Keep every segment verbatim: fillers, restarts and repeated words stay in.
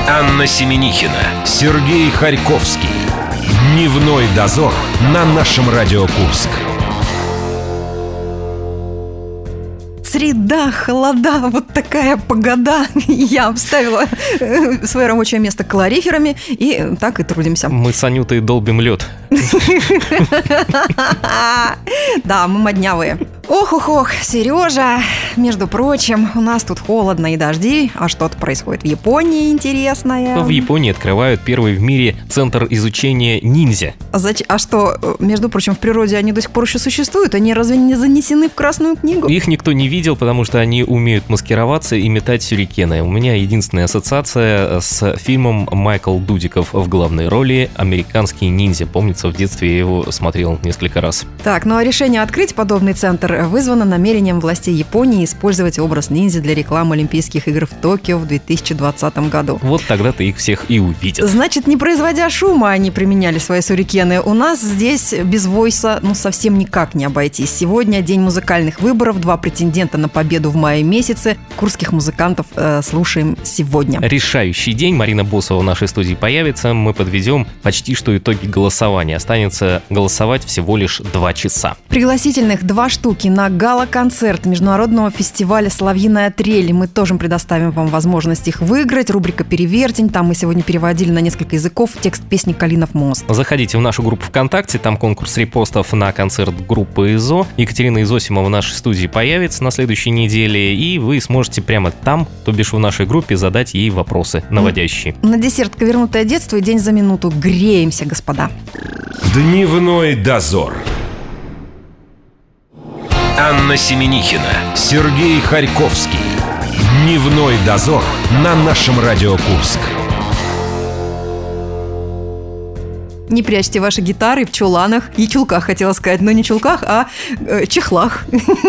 Анна Семенихина, Сергей Харьковский. Дневной дозор на нашем Радио Курск. Среда, холода, вот такая погода. Я обставила свое рабочее место калориферами, и так и трудимся. Мы с Анютой долбим лед. Да, мы моднявые. Ох-ох-ох, Сережа, между прочим, у нас тут холодно и дожди, а что-то происходит в Японии интересное. В Японии открывают первый в мире центр изучения ниндзя. А, зач... а что, между прочим, в природе они до сих пор еще существуют? Они разве не занесены в Красную книгу? Их никто не видел, потому что они умеют маскироваться и метать сюрикены. У меня единственная ассоциация с фильмом Майкл Дудиков в главной роли «Американский ниндзя». Помнится, в детстве я его смотрел несколько раз. Так, ну а решение открыть подобный центр вызвано намерением властей Японии использовать образ ниндзя для рекламы Олимпийских игр в Токио в две тысячи двадцатом году. Вот тогда-то их всех и увидят. Значит, не производя шума, они применяли свои сюрикены. У нас здесь без войса ну совсем никак не обойтись. Сегодня день музыкальных выборов, два претендента на победу в мае месяце. Курских музыкантов э, слушаем сегодня. Решающий день. Марина Босова в нашей студии появится. Мы подведем почти что итоги голосования. Останется голосовать всего лишь два часа. Пригласительных два штуки на гала-концерт международного фестиваля «Соловьиная трель». Мы тоже предоставим вам возможность их выиграть. Рубрика «Перевертень». Там мы сегодня переводили на несколько языков текст песни «Калинов мост». Заходите в нашу группу ВКонтакте. Там конкурс репостов на концерт группы ИЗО. Екатерина Изосимова в нашей студии появится на следующей неделе. И вы сможете прямо там, то бишь в нашей группе, задать ей вопросы наводящие. На десерт «Ковернутое детство» и «День за минуту». Греемся, господа. Дневной дозор. Анна Семенихина, Сергей Харьковский. Дневной дозор на нашем Радио Курск. Не прячьте ваши гитары в чуланах и чулках, хотела сказать, но не чулках, а э, чехлах.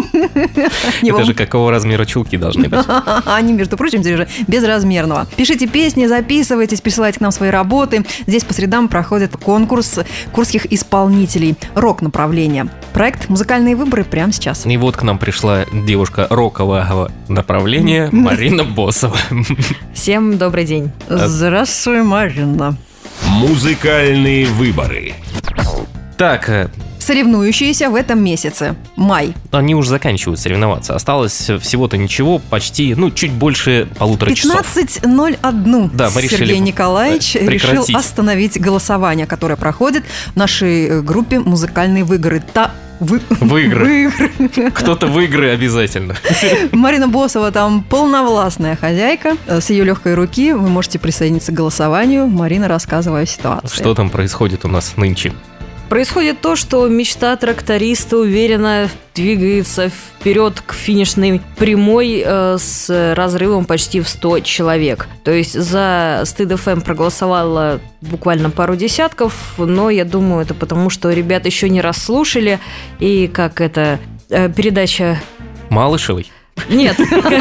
Это же какого размера чулки должны быть? Они, между прочим, здесь же безразмерного. Пишите песни, записывайтесь, присылайте к нам свои работы. Здесь по средам проходит конкурс курских исполнителей рок-направления. Проект «Музыкальные выборы» прямо сейчас. И вот к нам пришла девушка рокового направления Марина Босова. Всем добрый день. Здравствуй, Марина. Музыкальные выборы. Так, соревнующиеся в этом месяце. Май. Они уже заканчивают соревноваться. Осталось всего-то ничего, почти, ну, чуть больше полутора часов. пятнадцать ноль один. Да, мы Сергей решили Николаевич прекратить. решил остановить голосование, которое проходит в нашей группе «Музыкальные выигры». Та... Вы... Выигры. Выигры. Кто-то в игры обязательно. Марина Босова там полновластная хозяйка. С ее легкой руки вы можете присоединиться к голосованию. Марина, рассказывай о ситуации. Что там происходит у нас нынче? Происходит то, что мечта тракториста уверенно двигается вперед к финишной прямой э, с разрывом почти в сто человек. То есть за Стыд-ФМ проголосовало буквально пару десятков, но я думаю, это потому, что ребят еще не расслушали. И как это э, передача... Малышевой? Нет.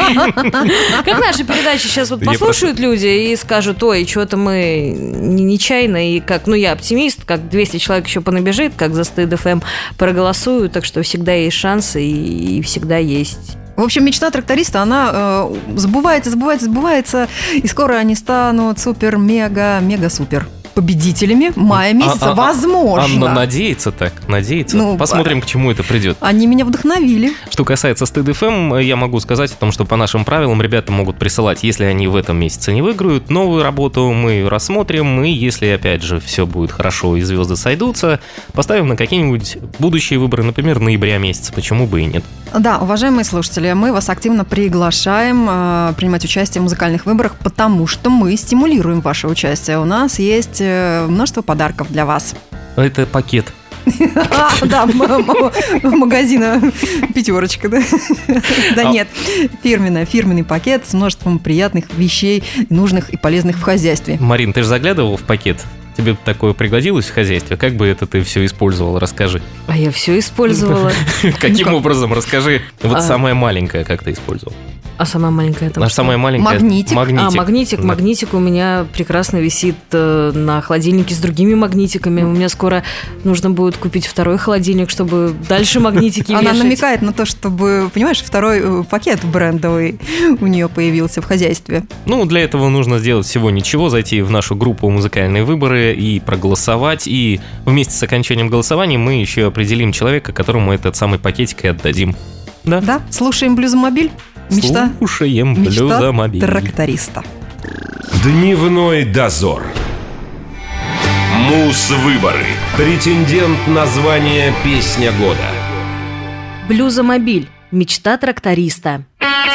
Как наши передачи сейчас вот послушают люди и скажут: ой, что-то мы нечаянно, и как, ну я оптимист, как двести человек еще понабежит, как за Стыд-ФМ проголосуют, так что всегда есть шансы и всегда есть. В общем, мечта тракториста, она э, забывается, забывается, забывается, и скоро они станут супер-мега-мега-супер победителями мая месяца, а, возможно. Анна надеется так, надеется. Ну, посмотрим, а... к чему это придет. Они меня вдохновили. Что касается Стыд-ФМ, я могу сказать о том, что по нашим правилам ребята могут присылать, если они в этом месяце не выиграют, новую работу мы ее рассмотрим, и если, опять же, все будет хорошо и звезды сойдутся, поставим на какие-нибудь будущие выборы, например, ноября месяца, почему бы и нет. Да, уважаемые слушатели, мы вас активно приглашаем э, принимать участие в музыкальных выборах, потому что мы стимулируем ваше участие. У нас есть э, множество подарков для вас. Это пакет. Да, магазина «Пятерочка», да? Да нет, фирменный, фирменный пакет с множеством приятных вещей, нужных и полезных в хозяйстве. Марин, ты же заглядывал в пакет? Тебе такое пригодилось в хозяйстве? Как бы это ты все использовала? Расскажи. А я все использовала. Каким образом? Расскажи. Вот самое маленькое, как ты использовала. А самая маленькая там А что? самая маленькая... Магнитик. Магнитик. А, магнитик. Да. Магнитик у меня прекрасно висит э, на холодильнике с другими магнитиками. У меня скоро нужно будет купить второй холодильник, чтобы дальше магнитики Она вешать. намекает на то, чтобы, понимаешь, второй э, пакет брендовый у нее появился в хозяйстве. Ну, для этого нужно сделать всего ничего, зайти в нашу группу «Музыкальные выборы» и проголосовать. И вместе с окончанием голосования мы еще определим человека, которому этот самый пакетик и отдадим. Да? Да, слушаем «Блюзомобиль». Мечта, Слушаем мечта «Блюзомобиль». тракториста. Дневной дозор. Муз-выборы. Претендент на звание «Песня года». Блюзомобиль. Мечта тракториста.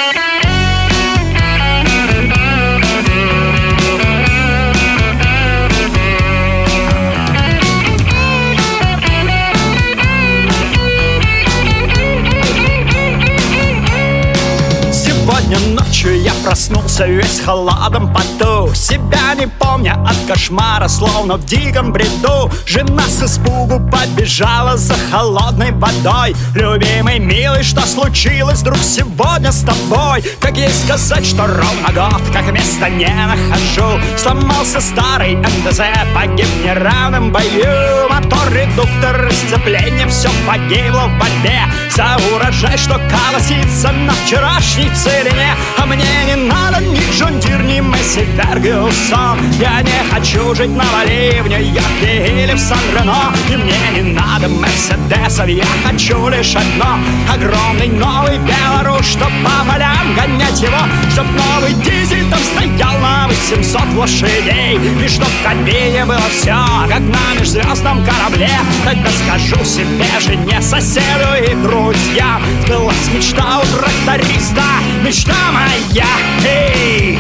Сегодня ночью я проснулся весь в холодном поту, себя не помня от кошмара, словно в диком бреду. Жена с испугу побежала за холодной водой. Любимый, милый, что случилось вдруг сегодня с тобой? Как ей сказать, что ровно год, как места не нахожу. Сломался старый эм тэ зэ, погиб в неравном бою. Мотор, редуктор, сцепление, все погибло в борьбе за урожай, что колосится на вчерашней целине. А мне не надо ни Джон Дир, ни Месси Фергюсон. Я не хочу жить на Бали, в Нью-Йорке или в Сан-Рено. И мне не надо Мерседесов, я хочу лишь одно: огромный новый Беларусь, чтоб по полям гонять его, чтоб новый дизель там стоял на восемьсот лошадей. И чтоб в кабине было все, как на межзвездном корабле. Тогда скажу себе, жене, соседу и друзьям: сбылась мечта у тракториста, мечта моя, эй!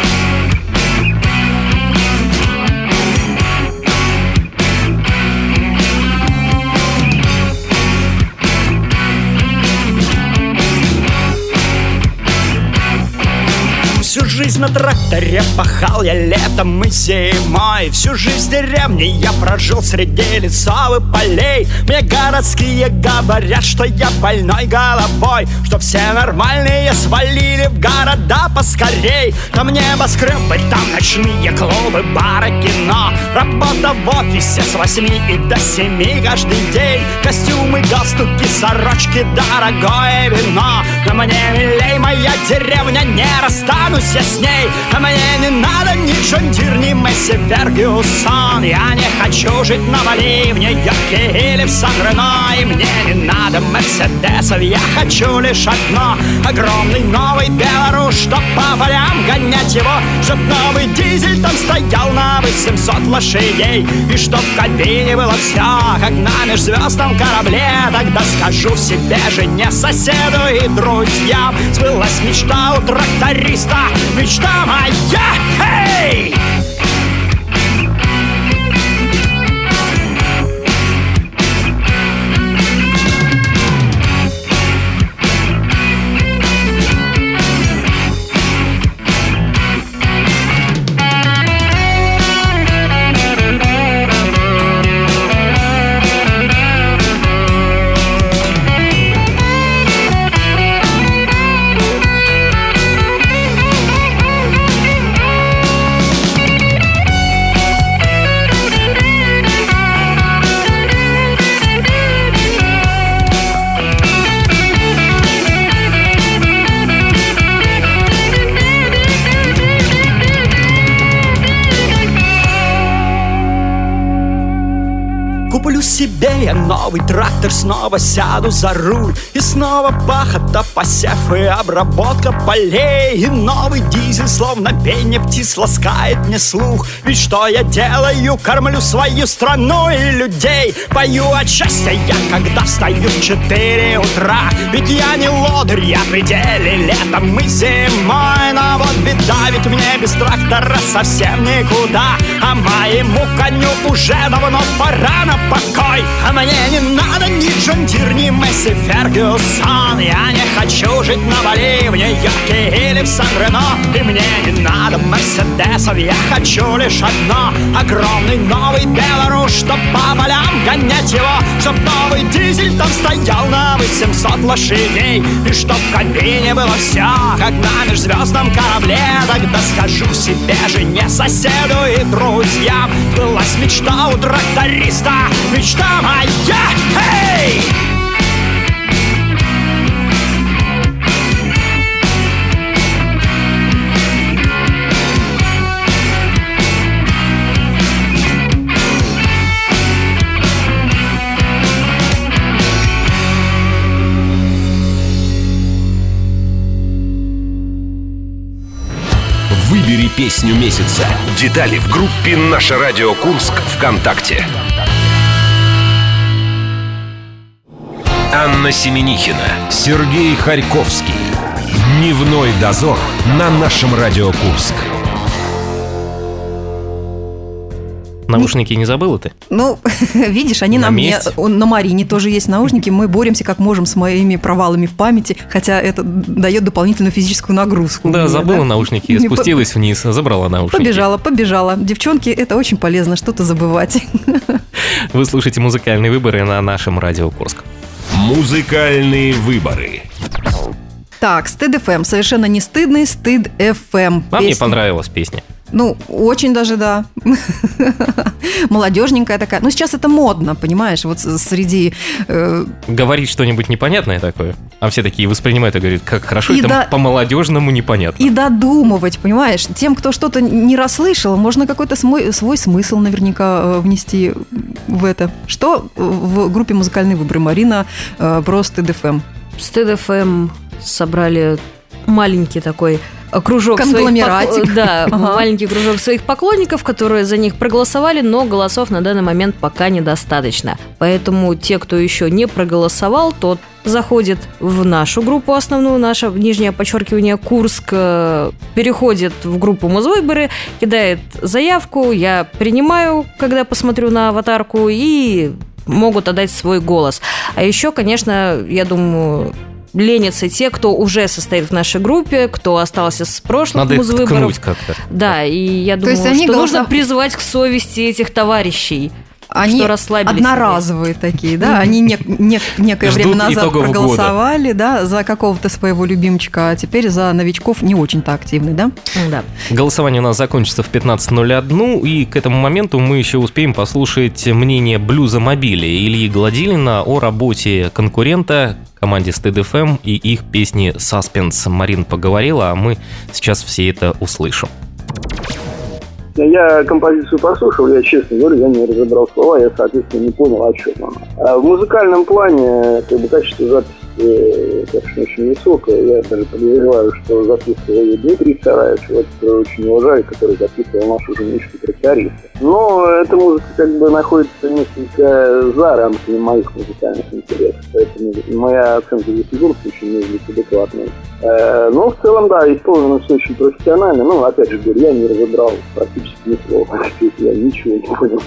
Всю жизнь на тракторе пахал я летом и зимой. Всю жизнь в деревне я прожил среди лесов и полей. Мне городские говорят, что я больной головой, что все нормальные свалили в города поскорей. Там небоскребы, там ночные клубы, бары, кино. Работа в офисе с восьми и до семи каждый день. Костюмы, галстуки, сорочки, дорогое вино. Но мне милей моя деревня, не расстанусь я с ней. А мне не надо ни Джон Дир, ни Месси Фергюсон. Я не хочу жить на Бали, в Нью-Йорке или в Сан-Рено. И мне не надо Мерседесов, я хочу лишь одно: огромный новый Беларусь, чтоб по полям гонять его, чтоб новый дизель там стоял на восемьсот лошадей. И чтоб в кабине было все, как на межзвездном корабле. Тогда скажу себе, жене, соседу и друзьям: сбылась мечта у тракториста, мечта моя, эй! Куплю себе я новый трактор, снова сяду за руль. И снова пахота, посев и обработка полей. И новый дизель, словно пение птиц, ласкает мне слух. Ведь что я делаю? Кормлю свою страну и людей. Пою от счастья я, когда встаю в четыре утра. Ведь я не лодырь, я в пределе летом и зимой. Но вот беда, ведь мне без трактора совсем никуда. А моя Моему коню уже давно пора на покой. А мне не надо ни Джон Дир, ни Месси Фергюсон. Я не хочу жить на Бали, в Нью-Йорке или в Сан-Рено. И мне не надо мерседесов, я хочу лишь одно: огромный новый Беларусь, чтоб по полям гонять его, чтоб новый дизель там стоял на восемьсот лошадей, и чтоб в кабине было все, как на межзвездном корабле. Тогда скажу себе, жене, соседу и друзьям: сбылась мечта у тракториста, мечта моя. Эй! Выбери песню месяца. Детали в группе «Наше радио Курск» ВКонтакте. Анна Семенихина, Сергей Харьковский. Дневной дозор на нашем радио Курск. Наушники не забыла ты? Ну, видишь, они на на мне, месте. на Марине тоже есть наушники. Мы боремся как можем с моими провалами в памяти, хотя это дает дополнительную физическую нагрузку. Да, мне, забыла да? наушники, Не спустилась вниз, забрала наушники. Побежала, побежала. Девчонки, это очень полезно, что-то забывать. Вы слушаете музыкальные выборы на нашем радио Курск. Музыкальные выборы. Так, Стыд эф эм. Совершенно не стыдный Стыд эф эм. А мне Песня. понравилась песня. Ну, очень даже, да. Молодежненькая такая. Ну, сейчас это модно, понимаешь, вот среди... Э... Говорить что-нибудь непонятное такое, а все такие воспринимают и говорят, как хорошо, И это да- по-молодежному непонятно. И додумывать, понимаешь? Тем, кто что-то не расслышал, можно какой-то свой, свой смысл наверняка э, внести в это. Что в группе «Музыкальные выборы» Марина э, про Стыд эф эм? Стыд эф эм собрали маленький такой кружок Конгломератик. своих, пок- да, Ага. маленький кружок своих поклонников, которые за них проголосовали, но голосов на данный момент пока недостаточно. Поэтому те, кто еще не проголосовал, тот заходит в нашу группу основную, наше нижнее подчеркивание Курск, э, переходит в группу Музвыборы, кидает заявку, я принимаю, когда посмотрю на аватарку, и могут отдать свой голос. А еще, конечно, я думаю, ленятся те, кто уже состоит в нашей группе, кто остался с прошлых Надо их музвыборов. ткнуть как-то. Да, и я То думаю, есть они что голосов- нужно призвать к совести этих товарищей. Они что расслабились одноразовые такие, да? Они не- не- некое Ждут время назад итогов года. проголосовали, да, за какого-то своего любимчика, а теперь за новичков не очень-то активны, да? Да. Голосование у нас закончится в пятнадцать ноль один, и к этому моменту мы еще успеем послушать мнение Блюза Мобиля Ильи Гладилина о работе конкурента команде Стыд эф эм и их песни «Саспенс». Марин поговорила, а мы сейчас все это услышим. Я композицию послушал, я честно говорю, я не разобрал слова, я, соответственно, не понял, о чем она. А в музыкальном плане, как бы, качество записи, конечно, очень высокое. Я даже подозреваю, что записывал ее Дмитрий Сараев, человек, который очень уважаю, который записывал нашу женечку тракториста. Но эта музыка, как бы, находится несколько за рамками моих музыкальных интересов, поэтому моя оценка здесь в очень может быть адекватной. Но в целом, да, исполнено все очень профессионально. Ну, опять же говорю, я не разобрал практически ни слова. Я ничего не понял.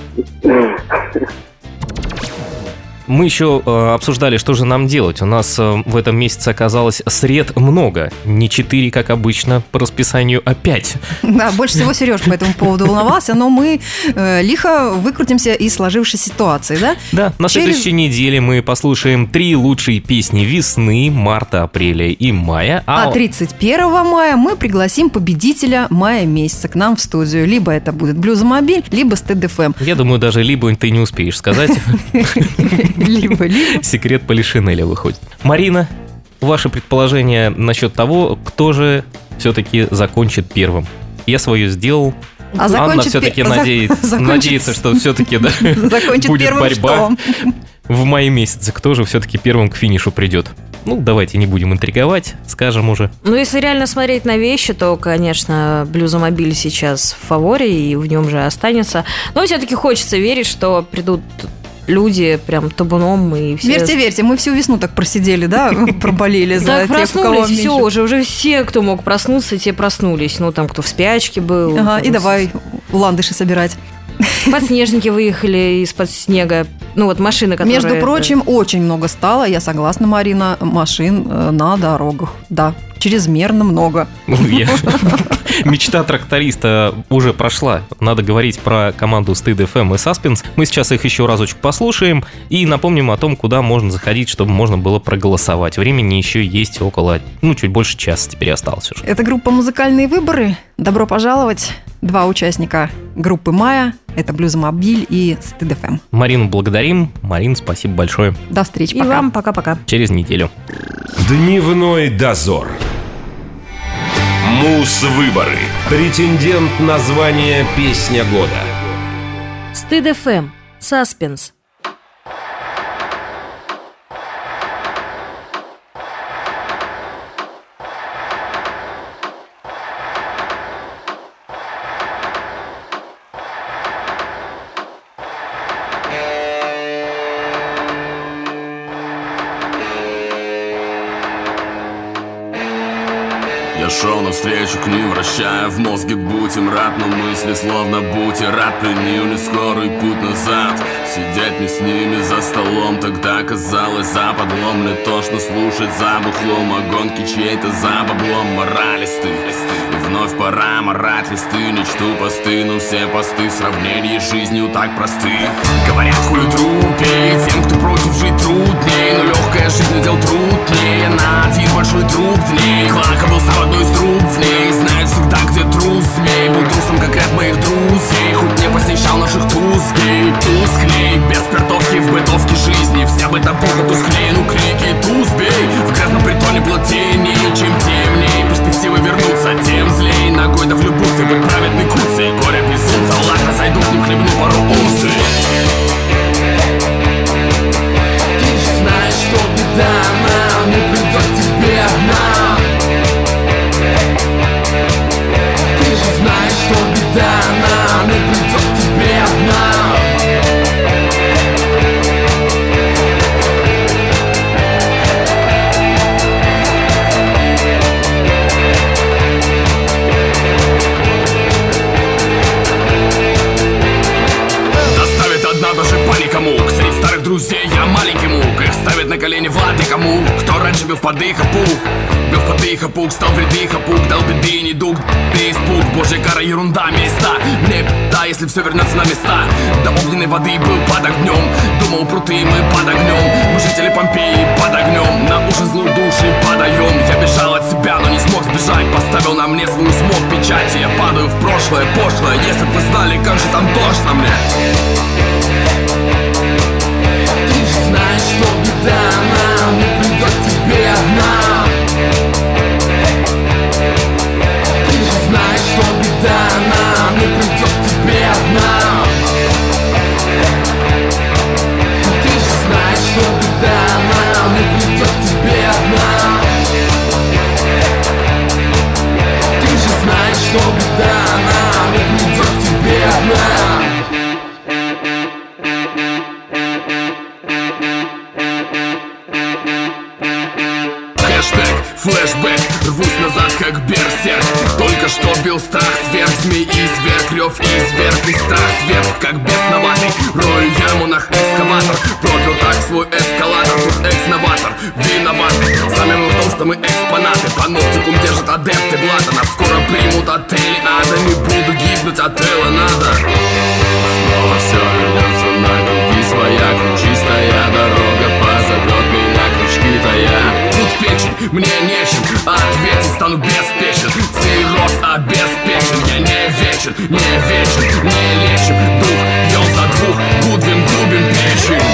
Мы еще э, обсуждали, что же нам делать. У нас э, в этом месяце оказалось сред много. Не четыре, как обычно, по расписанию, а пять. Да, больше всего Сереж по этому поводу волновался, но мы э, лихо выкрутимся из сложившейся ситуации, да? Да, на Через- следующей неделе мы послушаем три лучшие песни весны, марта, апреля и мая. А тридцать первого мая мы пригласим победителя мая месяца к нам в студию. Либо это будет Блюзомобиль, либо Стыд эф эм. Я думаю, даже либо ты не успеешь сказать. Либо, либо. Секрет Полишинеля выходит. Марина, ваше предположение насчет того, кто же все-таки закончит первым? Я свое сделал. А Анна закончит все-таки пе- зак- надеется, закончит- надеется, что все-таки да, Закончит будет первым борьба. что? В мае месяце. Кто же все-таки первым к финишу придет? Ну, давайте не будем интриговать, скажем уже. Ну, если реально смотреть на вещи, то, конечно, Блюзомобиль сейчас в фаворе, и в нем же останется. Но все-таки хочется верить, что придут люди прям табуном и все... Верьте, верьте, мы всю весну так просидели, да, проболели за Так тех, у кого проснулись, все, меньше. уже, уже все, кто мог проснуться, те проснулись. Ну, там, кто в спячке был. Ага, и Ну, давай ландыши собирать. Подснежники выехали из-под снега. Ну вот машины, которые... Между прочим, очень много стало, я согласна, Марина, машин э, на дорогах. Да, чрезмерно много. Мечта тракториста уже прошла. Надо говорить про команду Стыд эф эм и Саспенс. Мы сейчас их еще разочек послушаем и напомним о том, куда можно заходить, чтобы можно было проголосовать. Времени еще есть около, ну, чуть больше часа теперь осталось уже. Это группа «Музыкальные выборы». Добро пожаловать. Два участника группы «Майя». Это «Блюзмобиль» и Стыд эф эм. Марину благодарим. Марин, спасибо большое. До встречи. И пока. вам пока-пока. Через неделю. Дневной дозор. Муз-выборы. Претендент на звание «Песня года». Стыд эф эм. Саспенс. Я шел навстречу к ним, вращая в мозге бутерброд, но мысли словно бутерброд приняли скорый путь назад. Сидеть мне с ними за столом тогда казалось западлом. Мне тошно слушать за бухлом, а гонки чьей-то за баблом. Моралисты, и вновь пора морать листы. Не чту посты, но все посты в сравнении с жизнью так просты. Говорят, хули трупей, тем, кто против, жить трудней. Но легкая жизнь дел труднее, на один большой труп в ней. Клака был сам одной из труб в ней. Знает всегда, где трус змей. Был трусом, как ряд моих друзей. Хоть не посещал наших тузгей. Тусклей, без спиртовки в бытовке жизни. Вся бытовуха тусклей, ну крики тузбей. В грязном притоне плотнее, чем темней. Перспективы вернуться, тем злей. Ногой да влюбился, быть праведный куцей. Горе безумца, ладно, зайду к ним, хлебну пару унций. Ты же знаешь, что беда нам не придет тебе одна. Ты же знаешь, что беда нам не придет тебе одна. Доставит одна даже паника мук. Среди старых друзей я маленький мук. Их ставят на колени влады кому? Кто раньше бил в подых и пух? Бил в подых и пух, стал в ряды и пух. Дал беды и недуг, ты испуг. Божья кара, ерунда, места. Мне да, если все вернется на места. До огненной воды был под огнем. Думал, пруты мы под огнем. Мы жители Помпеи под огнем. На ужин злой души подаем. Я бежал от себя, но не смог сбежать. Поставил на мне свою смог печати. Я падаю в прошлое, пошлое. Если бы вы знали, как же там тошно мне. Ты же знаешь, что беда нам не придет тебе одна. Ты же знаешь, что беда нам не придет тебе одна. Ты же знаешь, что беда нам не придет тебе одна. Ты же знаешь, что беда нам не придет тебе одна. Флэшбэк, рвусь назад, как берсерк. Только что бил страх сверх. Змей и зверг, рев и зверг. И страх сверх, как бесноватый. Рою яму на экскаватор. Пропил так свой эскалатор. Тут экс-новатор, виноватый. Самим в том, что мы экспонаты. Паноптикум держат адепты блата. Нас скоро примут отели ада. Не буду гибнуть от Элла, надо. Снова все вернется на круги своя. Ключистая дорога позовет меня, крючки-то я. Тут печень, мне нечем ответить, стану беспечен. Цирроз обеспечен, я не вечен, не вечен, не лечим. Дух бьем за двух, Гудвин губим печень.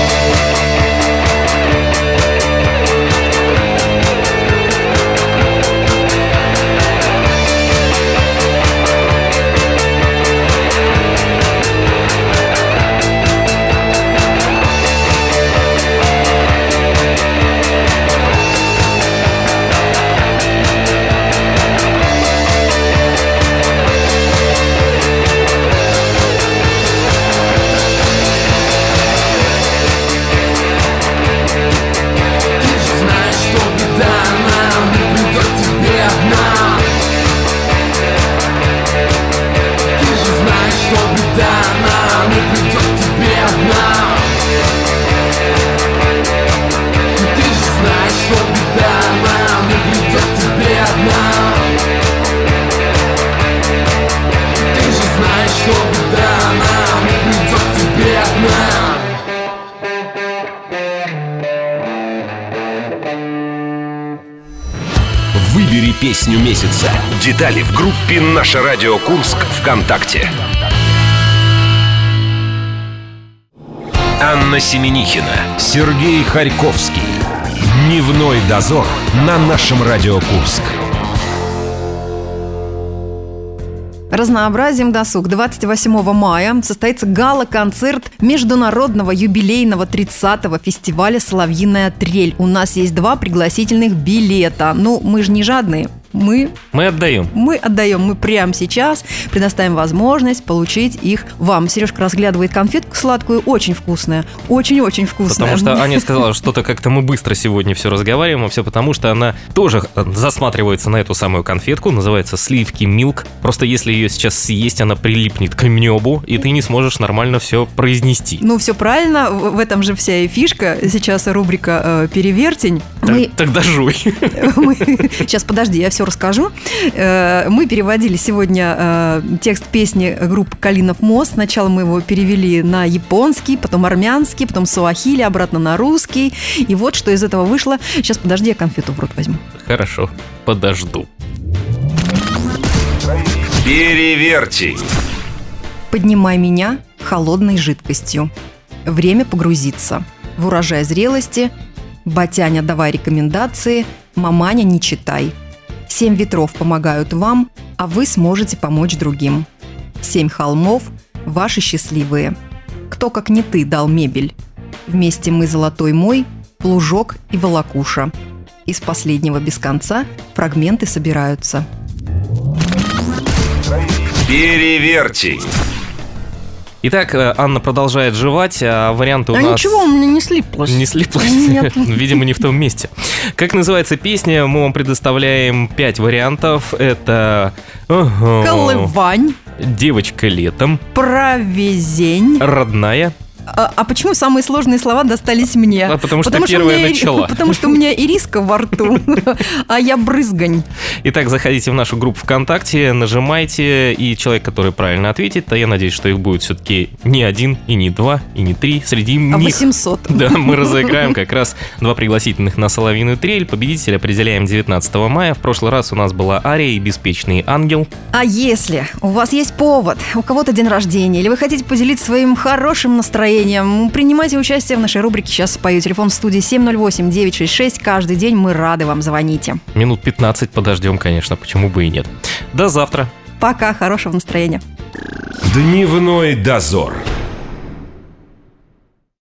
что беда нам не придет тебе одна. Выбери песню месяца. Детали в группе «Наше радио Курск» ВКонтакте. Анна Семенихина, Сергей Харьковский. Дневной дозор на нашем радио Курск. Разнообразием досуг. двадцать восьмого мая состоится гала-концерт международного юбилейного тридцатого фестиваля «Соловьиная трель». У нас есть два пригласительных билета. Ну, мы же не жадные. Мы, Мы отдаем. мы отдаем, мы прямо сейчас предоставим возможность получить их вам. Сережка разглядывает конфетку сладкую, очень вкусная, очень-очень вкусная. Потому что Аня сказала, что-то как-то мы быстро сегодня все разговариваем, а все потому, что она тоже засматривается на эту самую конфетку, называется сливки милк. Просто если ее сейчас съесть, она прилипнет к небу, и ты не сможешь нормально все произнести. Ну, все правильно, в в этом же вся и фишка. Сейчас рубрика э, «Перевертень». Так- Мы- Тогда жуй. Мы- Сейчас, подожди, я все расскажу. Э, Мы переводили сегодня э, текст песни группы «Калинов мост». Сначала мы его перевели на японский, потом армянский, потом суахили, обратно на русский. И вот что из этого вышло. Сейчас, подожди, я конфету в рот возьму. Хорошо, подожду. Перевертень. Поднимай меня холодной жидкостью. Время погрузиться. В урожай зрелости. Батяня, давай рекомендации. Маманя, не читай. Семь ветров помогают вам, а вы сможете помочь другим. Семь холмов – ваши счастливые. Кто, как не ты, дал мебель? Вместе мы золотой мой, плужок и волокуша. Из последнего без конца фрагменты собираются. Перевертень. Итак, э, Анна продолжает жевать, а варианты у А нас... ничего, у меня не слиплось. Не слиплось? Нет. Видимо, не в том месте. Как называется песня? Мы вам предоставляем пять вариантов. Это... ага, Колывань, Девочка летом. провезень. Родная. А, а почему самые сложные слова достались мне? А потому что у первая меня и- начала. Потому что у меня ириска во рту, а я брызгань. Итак, заходите в нашу группу ВКонтакте, нажимайте, и человек, который правильно ответит, а я надеюсь, что их будет все-таки не один, и не два, и не три. Среди А них... восемьсот. Да, мы разыграем как раз два пригласительных на «Соловьиную трель». Победителя определяем девятнадцатого мая. В прошлый раз у нас была Ария и «Беспечный ангел». А если у вас есть повод, у кого-то день рождения, или вы хотите поделиться своим хорошим настроением, принимайте участие в нашей рубрике «Сейчас спою». Телефон в студии семь ноль восемь девять шесть шесть. Каждый день мы рады вам, звоните. Минут пятнадцать подождем, конечно, почему бы и нет. До завтра. Пока, хорошего настроения. Дневной дозор.